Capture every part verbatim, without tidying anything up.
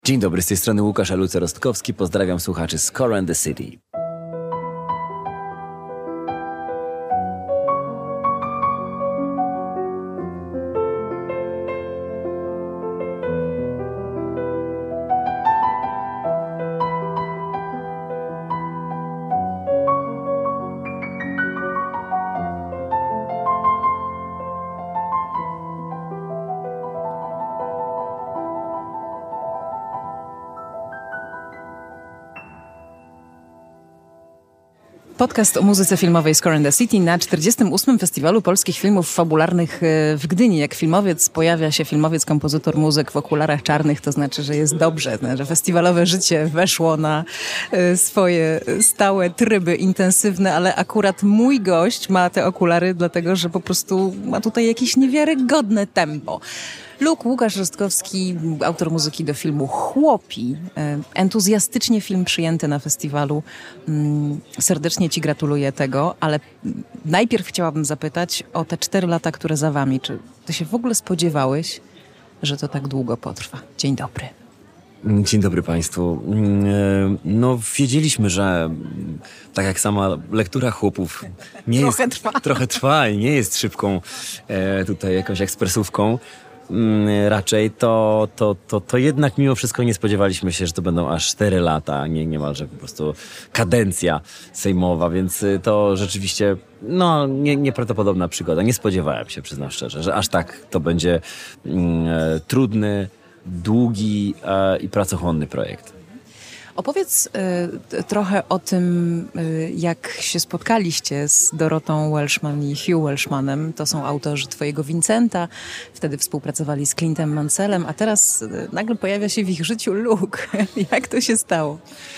Dzień dobry, z tej strony Łukasz Aluce-Rostkowski. Pozdrawiam słuchaczy Score and the City. Podcast o muzyce filmowej Score and the City na czterdziestym ósmym Festiwalu Polskich Filmów Fabularnych w Gdyni. Jak filmowiec pojawia się filmowiec, kompozytor, muzyk w okularach czarnych, to znaczy, że jest dobrze, że festiwalowe życie weszło na swoje stałe tryby intensywne, ale akurat mój gość ma te okulary, dlatego że po prostu ma tutaj jakieś niewiarygodne tempo. Luke Łukasz Rostkowski, autor muzyki do filmu Chłopi. Entuzjastycznie film przyjęty na festiwalu. Serdecznie Ci gratuluję tego, ale najpierw chciałabym zapytać o te cztery lata, które za Wami. Czy Ty się w ogóle spodziewałeś, że to tak długo potrwa? Dzień dobry. Dzień dobry Państwu. No wiedzieliśmy, że tak jak sama lektura Chłopów nie trochę jest, trwa. trochę trwa i nie jest szybką tutaj jakąś ekspresówką. Raczej to, to, to, to jednak mimo wszystko nie spodziewaliśmy się, że to będą aż cztery lata, nie, niemalże po prostu kadencja sejmowa, więc to rzeczywiście no, nie, nieprawdopodobna przygoda. Nie spodziewałem się, przyznam szczerze, że aż tak to będzie mm, trudny, długi e, i pracochłonny projekt. Opowiedz y, trochę o tym, y, jak się spotkaliście z Dorotą Welshman i Hugh Welshmanem. To są autorzy Twojego Vincenta. Wtedy współpracowali z Clintem Mansellem, a teraz y, nagle pojawia się w ich życiu Luke. Jak to się stało?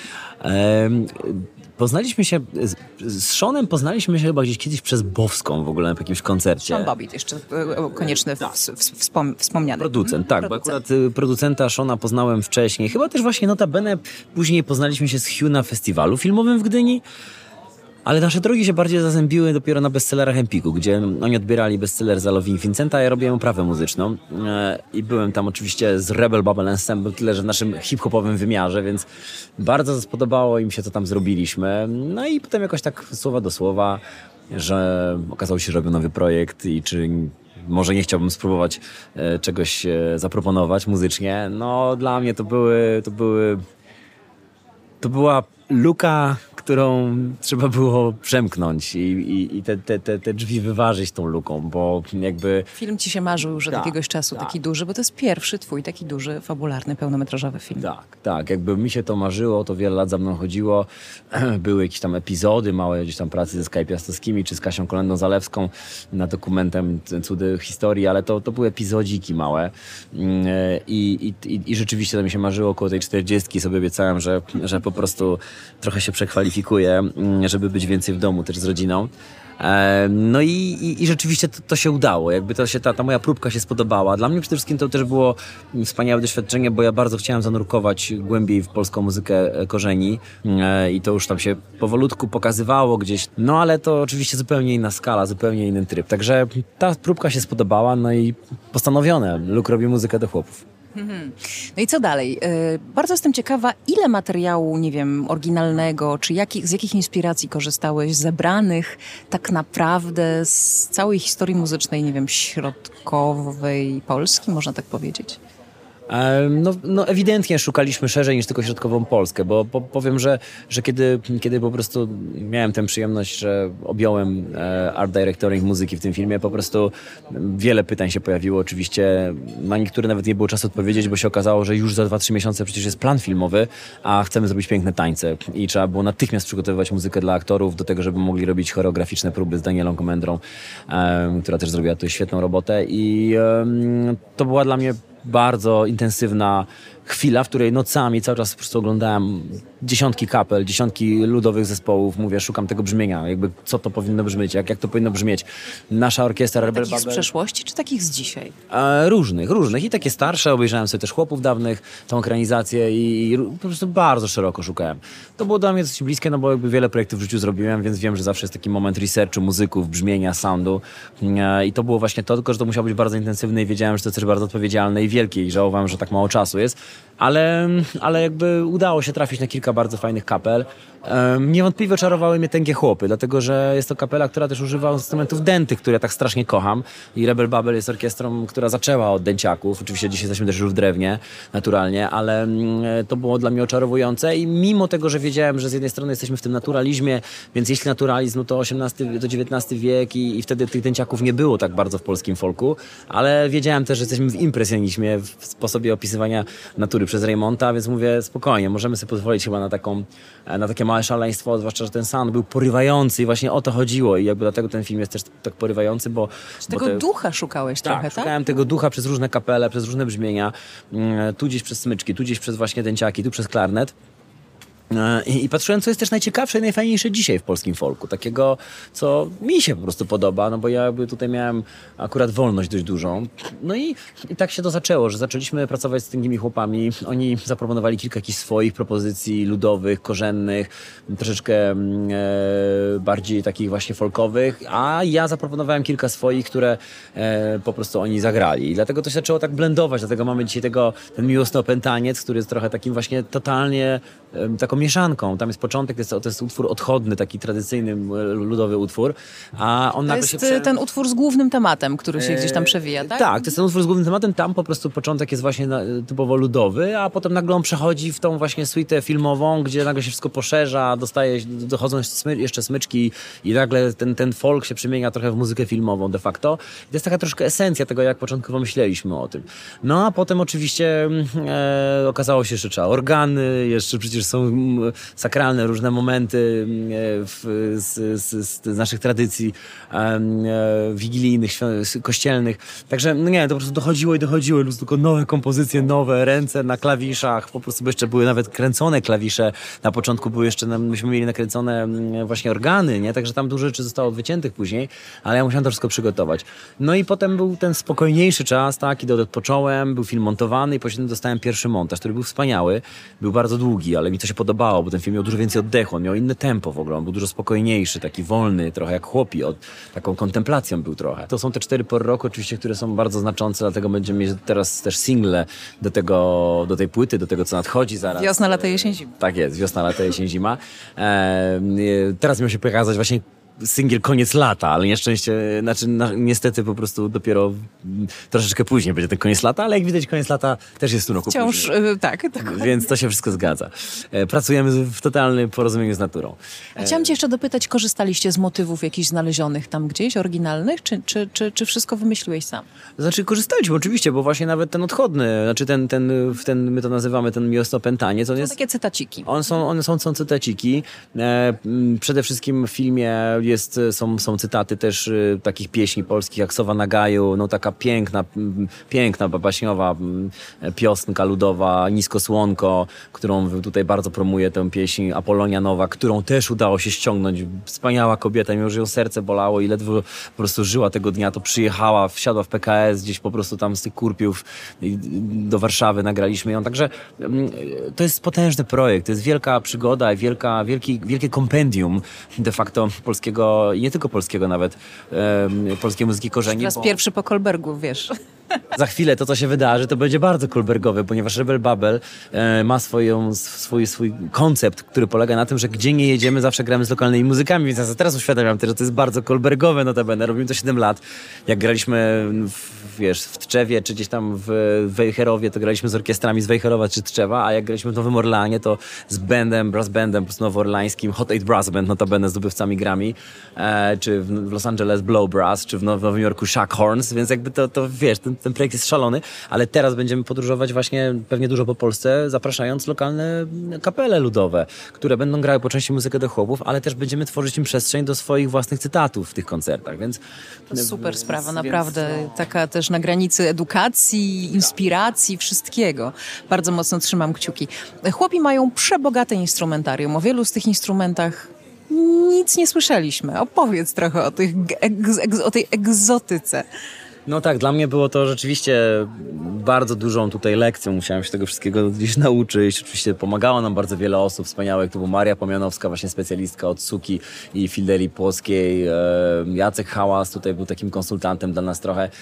Um, Poznaliśmy się, z, z Seanem poznaliśmy się chyba gdzieś kiedyś przez Bowską w ogóle na jakimś koncercie. Sean Bobbitt jeszcze konieczny w, w, wspom, wspomniany. Producent, tak, Producent. Bo akurat producenta Seana poznałem wcześniej. Chyba też właśnie notabene później poznaliśmy się z Hugh na festiwalu filmowym w Gdyni. Ale nasze drogi się bardziej zazębiły dopiero na bestsellerach Empiku, gdzie oni odbierali bestseller za Loving Vincenta, a ja robiłem oprawę muzyczną. I byłem tam oczywiście z Rebel Bubble Ensemble, tyle że w naszym hip-hopowym wymiarze, więc bardzo spodobało im się, co tam zrobiliśmy. No i potem jakoś tak słowa do słowa, że okazało się, że robią nowy projekt i czy może nie chciałbym spróbować czegoś zaproponować muzycznie. No dla mnie to były, to były, to była luka, którą trzeba było przemknąć i, i, i te, te, te, te drzwi wyważyć tą luką, bo jakby... Film ci się marzył już od tak, jakiegoś czasu, tak. taki duży, bo to jest pierwszy twój taki duży, fabularny, pełnometrażowy film. Tak, tak. Jakby mi się to marzyło, to wiele lat za mną chodziło. Były jakieś tam epizody, małe gdzieś tam pracy ze Skype Piastowskimi czy z Kasią Kolendą-Zalewską nad dokumentem Cudy Historii, ale to, to były epizodziki małe. I, i, i rzeczywiście to mi się marzyło około tej czterdziestki. Sobie obiecałem, że, że po prostu trochę się przekwalifikuję, żeby być więcej w domu też z rodziną. No i, i, i rzeczywiście to, to się udało. Jakby to się, ta, ta moja próbka się spodobała. Dla mnie przede wszystkim to też było wspaniałe doświadczenie, bo ja bardzo chciałem zanurkować głębiej w polską muzykę korzeni i to już tam się powolutku pokazywało gdzieś. No ale to oczywiście zupełnie inna skala, zupełnie inny tryb. Także ta próbka się spodobała, no i postanowione. Luke robi muzykę do chłopów. No i co dalej? Bardzo jestem ciekawa, ile materiału, nie wiem, oryginalnego, czy jakich, z jakich inspiracji korzystałeś, zebranych tak naprawdę z całej historii muzycznej, nie wiem, środkowej Polski, można tak powiedzieć? No, no ewidentnie szukaliśmy szerzej niż tylko środkową Polskę, bo po, powiem, że, że kiedy, kiedy po prostu miałem tę przyjemność, że objąłem e, art directoring muzyki w tym filmie, po prostu wiele pytań się pojawiło. Oczywiście na niektóre nawet nie było czasu odpowiedzieć, bo się okazało, że już za dwa trzy miesiące przecież jest plan filmowy, a chcemy zrobić piękne tańce i trzeba było natychmiast przygotowywać muzykę dla aktorów do tego, żeby mogli robić choreograficzne próby z Danielą Komendrą, e, która też zrobiła tu świetną robotę i e, to była dla mnie bardzo intensywna chwila, w której nocami cały czas po prostu oglądałem dziesiątki kapel, dziesiątki ludowych zespołów. Mówię, szukam tego brzmienia, jakby co to powinno brzmieć, jak, jak to powinno brzmieć. Nasza orkiestra Rebel Takich Babel, z przeszłości, czy takich z dzisiaj? E, różnych, różnych. I takie starsze, obejrzałem sobie też Chłopów dawnych, tą ekranizację i, i po prostu bardzo szeroko szukałem. To było dla mnie dosyć bliskie, no bo jakby wiele projektów w życiu zrobiłem, więc wiem, że zawsze jest taki moment researchu muzyków, brzmienia, soundu. E, I to było właśnie to, tylko że to musiało być bardzo intensywne i wiedziałem, że to jest też bardzo odpowiedzialne i wielkie i żałowałem, że tak mało czasu jest. Ale, ale jakby udało się trafić na kilka bardzo fajnych kapel. Um, niewątpliwie czarowały mnie Tęgie Chłopy, dlatego że jest to kapela, która też używa instrumentów dętych, które tak strasznie kocham. I Rebel Babel jest orkiestrą, która zaczęła od dęciaków. Oczywiście dzisiaj jesteśmy też już w drewnie, naturalnie, ale um, to było dla mnie oczarowujące. I mimo tego, że wiedziałem, że z jednej strony jesteśmy w tym naturalizmie, więc jeśli naturalizm, no to osiemnasty do dziewiętnasty wiek i, i wtedy tych dęciaków nie było tak bardzo w polskim folku, ale wiedziałem też, że jesteśmy w impresjonizmie, w sposobie opisywania natury przez Raymonta, więc mówię, spokojnie, możemy sobie pozwolić chyba na taką, na takie małe szaleństwo, zwłaszcza, że ten sound był porywający i właśnie o to chodziło i jakby dlatego ten film jest też tak porywający, bo... Czy tego bo te... ducha szukałeś tak, trochę, tak? szukałem tego ducha przez różne kapele, przez różne brzmienia, tu gdzieś przez smyczki, tu gdzieś przez właśnie dęciaki, tu przez klarnet. I, I patrzyłem, co jest też najciekawsze i najfajniejsze dzisiaj w polskim folku. Takiego, co mi się po prostu podoba, no bo ja jakby tutaj miałem akurat wolność dość dużą. No i, i tak się to zaczęło, że zaczęliśmy pracować z tymi chłopami. Oni zaproponowali kilka jakichś swoich propozycji ludowych, korzennych, troszeczkę e, bardziej takich właśnie folkowych, a ja zaproponowałem kilka swoich, które e, po prostu oni zagrali. I dlatego to się zaczęło tak blendować, dlatego mamy dzisiaj tego, ten Miłosny Opętaniec, który jest trochę takim właśnie totalnie e, taką mieszanką. Tam jest początek, to jest, to jest utwór odchodny, taki tradycyjny, ludowy utwór, a on To nagle jest się prze... ten utwór z głównym tematem, który się gdzieś tam przewija, tak? Tak, to jest ten utwór z głównym tematem, tam po prostu początek jest właśnie typowo ludowy, a potem nagle on przechodzi w tą właśnie suitę filmową, gdzie nagle się wszystko poszerza, dostaje, dochodzą smy, jeszcze smyczki i nagle ten, ten folk się przemienia trochę w muzykę filmową de facto. I to jest taka troszkę esencja tego, jak początkowo myśleliśmy o tym. No a potem oczywiście e, okazało się, że trzeba organy, jeszcze przecież są sakralne różne momenty w, z, z, z naszych tradycji e, wigilijnych, kościelnych. Także no nie, to po prostu dochodziło i dochodziło. Po prostu tylko nowe kompozycje, nowe ręce na klawiszach. Po prostu jeszcze były nawet kręcone klawisze. Na początku były jeszcze, myśmy mieli nakręcone właśnie organy, nie? Także tam dużo rzeczy zostało wyciętych później, ale ja musiałem to wszystko przygotować. No i potem był ten spokojniejszy czas, tak, kiedy odpocząłem, był film montowany i potem dostałem pierwszy montaż, który był wspaniały. Był bardzo długi, ale mi to się podobało, bo ten film miał dużo więcej oddechu, on miał inne tempo w ogóle, on był dużo spokojniejszy, taki wolny, trochę jak chłopi, od, taką kontemplacją był trochę. To są te cztery pory roku oczywiście, które są bardzo znaczące, dlatego będziemy mieć teraz też single do tego, do tej płyty, do tego, co nadchodzi zaraz. Wiosna, lato, jesień, zima. Tak jest, wiosna, lato, jesień, zima. E, teraz miał się pokazać właśnie singiel koniec lata, ale nieszczęście, znaczy na, niestety po prostu dopiero troszeczkę później będzie ten koniec lata, ale jak widać koniec lata też jest tu roku Wciąż, później. y, tak, tak. Więc to się wszystko zgadza. E, pracujemy w totalnym porozumieniu z naturą. A chciałam cię jeszcze dopytać, korzystaliście z motywów jakichś znalezionych tam gdzieś, oryginalnych, czy, czy, czy, czy wszystko wymyśliłeś sam? Znaczy korzystaliśmy oczywiście, bo właśnie nawet ten odchodny, znaczy ten, ten, ten my to nazywamy ten Miłosny Opętaniec, on To jest... takie cytaciki. On są, one są, są cytaciki. E, przede wszystkim w filmie jest, są, są cytaty też y, takich pieśni polskich jak Sowa na Gaju, no taka piękna, m, piękna baśniowa m, piosenka ludowa Nisko Słonko, którą tutaj bardzo promuje tę pieśń Apolonia Nowa, którą też udało się ściągnąć. Wspaniała kobieta, mimo że ją serce bolało i ledwo po prostu żyła tego dnia, to przyjechała, wsiadła w P K S gdzieś po prostu tam z tych Kurpiów do Warszawy, nagraliśmy ją. Także m, to jest potężny projekt, to jest wielka przygoda i wielka, wielki, wielkie kompendium de facto polskiego, i nie tylko polskiego nawet, e, polskiej muzyki korzeni. Raz bo pierwszy po Kolbergu, wiesz. za chwilę to, co się wydarzy, to będzie bardzo kolbergowe, ponieważ Rebel Babel e, ma swoją, swój, swój koncept, który polega na tym, że gdzie nie jedziemy, zawsze gramy z lokalnymi muzykami, więc ja sobie teraz uświadamiam też, że to jest bardzo kolbergowe notabene. Robimy to siedem lat. Jak graliśmy w, wiesz, w Tczewie, czy gdzieś tam w Wejherowie, to graliśmy z orkiestrami z Wejherowa czy Tczewa, a jak graliśmy w Nowym Orleanie, to z bandem, brass bandem, po prostu nowoorlańskim, Hot Eight Brass Band, notabene zdobywcami Grammy, e, czy w, w Los Angeles Blow Brass, czy w, Now- w Nowym Jorku Shack Horns, więc jakby to, to wiesz, ten, ten projekt jest szalony, ale teraz będziemy podróżować właśnie pewnie dużo po Polsce, zapraszając lokalne kapele ludowe, które będą grały po części muzykę do chłopów, ale też będziemy tworzyć im przestrzeń do swoich własnych cytatów w tych koncertach, więc... To super sprawa, więc, naprawdę. no. Taka też na granicy edukacji, inspiracji, wszystkiego. Bardzo mocno trzymam kciuki. Chłopi mają przebogate instrumentarium. O wielu z tych instrumentach nic nie słyszeliśmy. Opowiedz trochę o, tych, egz, egz, o tej egzotyce. No tak, dla mnie było to rzeczywiście bardzo dużą tutaj lekcją. Musiałem się tego wszystkiego gdzieś nauczyć. Oczywiście pomagało nam bardzo wiele osób wspaniałych. To była Maria Pomianowska, właśnie specjalistka od Suki i Filderii Płockiej. Jacek Hałas tutaj był takim konsultantem dla nas trochę.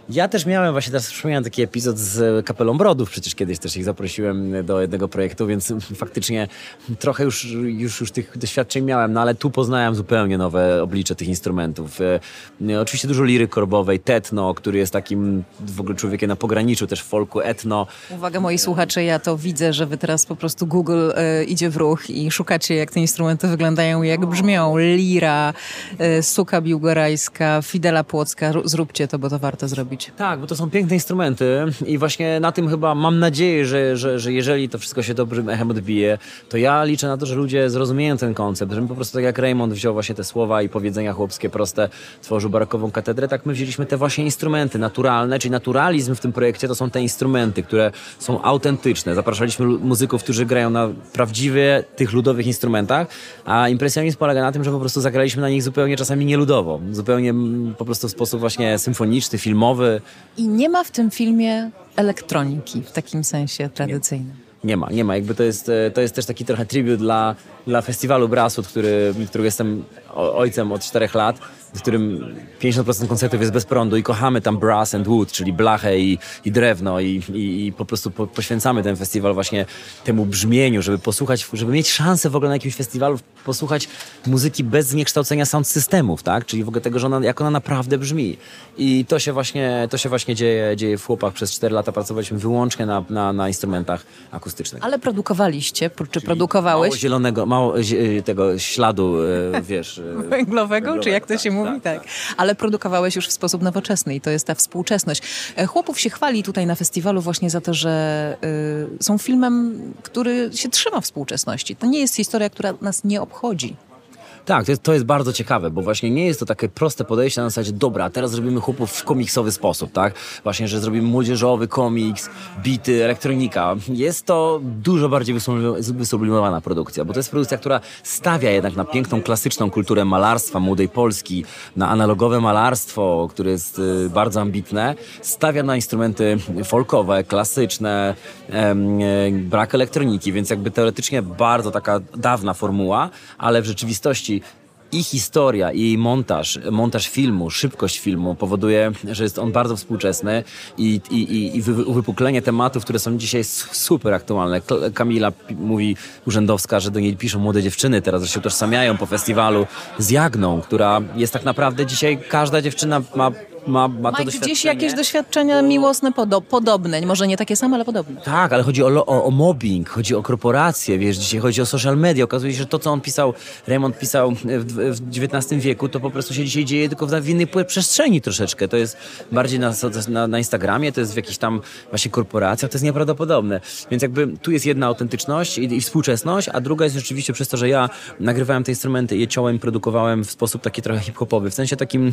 Ja też miałem, właśnie teraz przypomniałem taki epizod z Kapelą Brodów, przecież kiedyś też ich zaprosiłem do jednego projektu, więc faktycznie trochę już, już, już tych doświadczeń miałem, no ale tu poznałem zupełnie nowe oblicze tych instrumentów. E, oczywiście dużo liry korbowej, techno, który jest takim w ogóle człowiekiem na pograniczu też folku, etno. Uwaga moi słuchacze, ja to widzę, że wy teraz po prostu Google e, idzie w ruch i szukacie, jak te instrumenty wyglądają, jak brzmią. Lira, e, suka biłgorajska, fidela płocka. Zróbcie to, bo to warto zrobić. Tak, bo to są piękne instrumenty i właśnie na tym chyba mam nadzieję, że, że, że jeżeli to wszystko się dobrym echem odbije, to ja liczę na to, że ludzie zrozumieją ten koncept, że my po prostu tak jak Raymond wziął właśnie te słowa i powiedzenia chłopskie proste, tworzył barokową katedrę, tak my wzięliśmy te właśnie instrumenty naturalne, czyli naturalizm w tym projekcie to są te instrumenty, które są autentyczne. Zapraszaliśmy muzyków, którzy grają na prawdziwie tych ludowych instrumentach, a impresjonizm polega na tym, że po prostu zagraliśmy na nich zupełnie czasami nieludowo, zupełnie po prostu w sposób właśnie symfoniczny, filmowy. I nie ma w tym filmie elektroniki w takim sensie tradycyjnym. Nie ma, nie ma. Jakby to jest, to jest też taki trochę tribut dla, dla festiwalu Brasut, który, którego jestem ojcem od czterech lat, w którym pięćdziesiąt procent koncertów jest bez prądu i kochamy tam brass and wood, czyli blachę i, i drewno i, i, i po prostu po, poświęcamy ten festiwal właśnie temu brzmieniu, żeby posłuchać, żeby mieć szansę w ogóle na jakimś festiwalu posłuchać muzyki bez zniekształcenia sound systemów, tak? Czyli w ogóle tego, że ona, jak ona naprawdę brzmi. I to się właśnie, to się właśnie dzieje, dzieje w Chłopach. Przez cztery lata pracowaliśmy wyłącznie na, na, na instrumentach akustycznych. Ale produkowaliście, czy produkowałeś? Mało zielonego, mało tego śladu, wiesz... Węglowego, czy jak to się tak, mówi? Tak, tak. Ale produkowałeś już w sposób nowoczesny i to jest ta współczesność. Chłopów się chwali tutaj na festiwalu właśnie za to, że y, są filmem, który się trzyma współczesności. To nie jest historia, która nas nie obchodzi. Tak, to jest, to jest bardzo ciekawe, bo właśnie nie jest to takie proste podejście na zasadzie, dobra, teraz zrobimy Chłopów w komiksowy sposób, tak? Właśnie, że zrobimy młodzieżowy komiks, bity, elektronika. Jest to dużo bardziej wysublimowana produkcja, bo to jest produkcja, która stawia jednak na piękną, klasyczną kulturę malarstwa młodej Polski, na analogowe malarstwo, które jest y, bardzo ambitne, stawia na instrumenty folkowe, klasyczne, em, e, brak elektroniki, więc jakby teoretycznie bardzo taka dawna formuła, ale w rzeczywistości i historia, i jej montaż, montaż filmu, szybkość filmu powoduje, że jest on bardzo współczesny i, i, i, i uwypuklenie tematów, które są dzisiaj super aktualne. Kamila mówi Urzędowska, że do niej piszą młode dziewczyny teraz, że się utożsamiają po festiwalu z Jagną, która jest tak naprawdę dzisiaj, każda dziewczyna ma Ma, ma, to ma gdzieś jakieś doświadczenia miłosne podo- podobne, może nie takie same, ale podobne. Tak, ale chodzi o, o, o mobbing, chodzi o korporacje, wiesz, dzisiaj chodzi o social media. Okazuje się, że to, co on pisał, Raymond pisał w, w dziewiętnastym wieku, to po prostu się dzisiaj dzieje tylko w innej przestrzeni troszeczkę. To jest bardziej na, na, na Instagramie, to jest w jakichś tam właśnie korporacjach, to jest nieprawdopodobne. Więc jakby tu jest jedna autentyczność i, i współczesność, a druga jest rzeczywiście przez to, że ja nagrywałem te instrumenty i je ciąłem, produkowałem w sposób taki trochę hip-hopowy, w sensie takim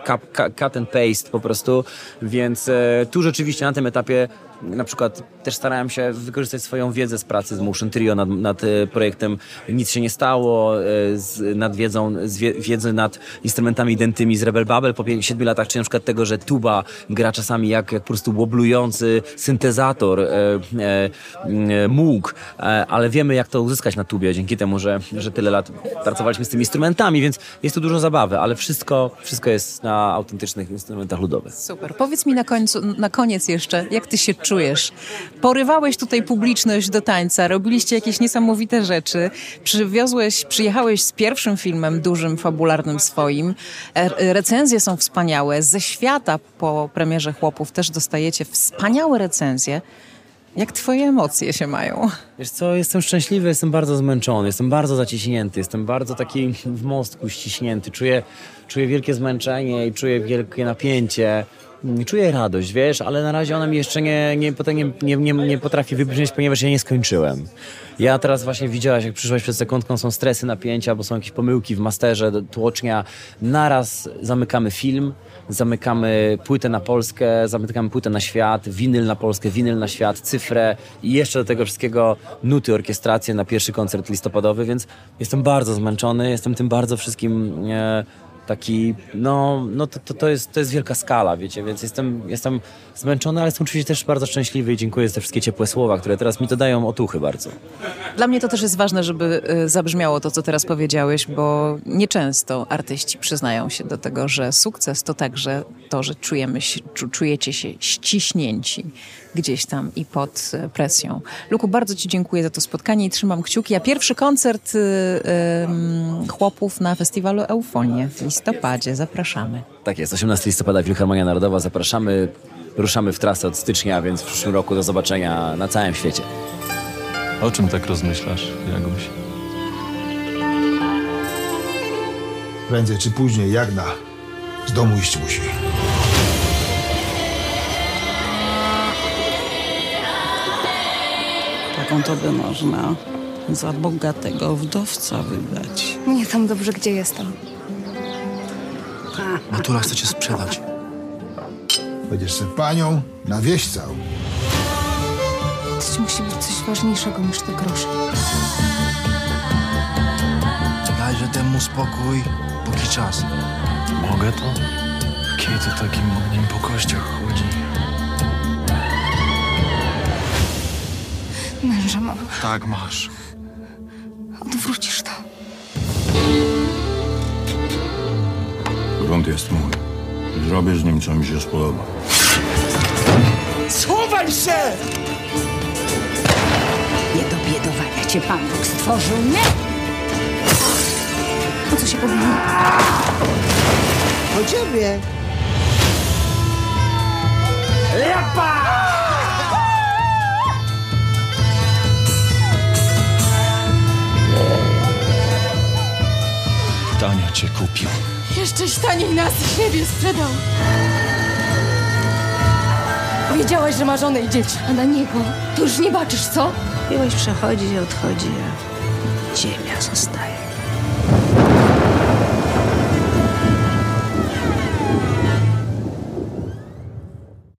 cut and paste po prostu, więc e, tu rzeczywiście na tym etapie na przykład też starałem się wykorzystać swoją wiedzę z pracy z Motion Trio nad, nad e, projektem Nic się nie stało, e, z, nad wiedzą, z wie, wiedzy nad instrumentami dętymi z Rebel Babel po siedmiu latach, czy na przykład tego, że tuba gra czasami jak, jak po prostu woblujący syntezator e, e, e, mógł, e, ale wiemy jak to uzyskać na tubie, dzięki temu, że, że tyle lat pracowaliśmy z tymi instrumentami, więc jest tu dużo zabawy, ale wszystko, wszystko jest na autentycznych instrumentach ludowych. Super. Powiedz mi na końcu, na koniec jeszcze, jak ty się czujesz? Porywałeś tutaj publiczność do tańca, robiliście jakieś niesamowite rzeczy, przywiozłeś, przyjechałeś z pierwszym filmem dużym, fabularnym swoim, e- recenzje są wspaniałe, ze świata po premierze Chłopów też dostajecie wspaniałe recenzje. Jak twoje emocje się mają? Wiesz co, jestem szczęśliwy, jestem bardzo zmęczony, jestem bardzo zaciśnięty, jestem bardzo taki w mostku ściśnięty, czuję, czuję wielkie zmęczenie i czuję wielkie napięcie. Czuję radość, wiesz, ale na razie ona mi jeszcze nie, nie, nie, nie, nie, nie potrafi wybrzmieć, ponieważ ja nie skończyłem. Ja teraz właśnie widziałaś, jak przyszłaś przed sekundką, są stresy, napięcia, bo są jakieś pomyłki w masterze, tłocznia. Naraz zamykamy film, zamykamy płytę na Polskę, zamykamy płytę na świat, winyl na Polskę, winyl na świat, cyfrę i jeszcze do tego wszystkiego nuty, orkiestrację na pierwszy koncert listopadowy, więc jestem bardzo zmęczony, jestem tym bardzo wszystkim... E, taki, no, no to, to, to, jest, to jest wielka skala, wiecie, więc jestem, jestem zmęczony, ale jestem oczywiście też bardzo szczęśliwy i dziękuję za te wszystkie ciepłe słowa, które teraz mi dodają otuchy bardzo. Dla mnie to też jest ważne, żeby y, zabrzmiało to, co teraz powiedziałeś, bo nieczęsto artyści przyznają się do tego, że sukces to także to, że czujemy się, czu, czujecie się ściśnięci gdzieś tam i pod y, presją. Luku, bardzo ci dziękuję za to spotkanie i trzymam kciuki. A pierwszy koncert y, y, chłopów na festiwalu Eufonie w listopadzie. Zapraszamy. Tak jest, osiemnastego listopada Filharmonia Narodowa, zapraszamy, ruszamy w trasę od stycznia, więc w przyszłym roku do zobaczenia na całym świecie. O czym tak rozmyślasz, Jaguś? Prędzej czy później Jagna z domu iść musi. Taką to by można za bogatego wdowca wydać. Nie tam dobrze, gdzie jestem. Matula chce cię sprzedać. Będziesz se panią na wieś całą. Coś musi być coś ważniejszego niż te grosze. Dajże temu spokój, póki czas. Mogę to? Kiedy to takim ogniem po kościach chodzi? Męża mam. Tak masz. Odwrócisz to. Grunt jest mój. Zrobię z nim, co mi się spodoba. Schowaj się! Nie do biedowania cię Pan Bóg stworzył, nie? O co się powinno? O ciebie. Tania cię kupił. Jeszcze taniej nas siebie sprzedał. Wiedziałaś, że ma żonę i dzieci, a na niego to już nie baczysz, co? Miłość przechodzi i odchodzi, a ziemia zostaje.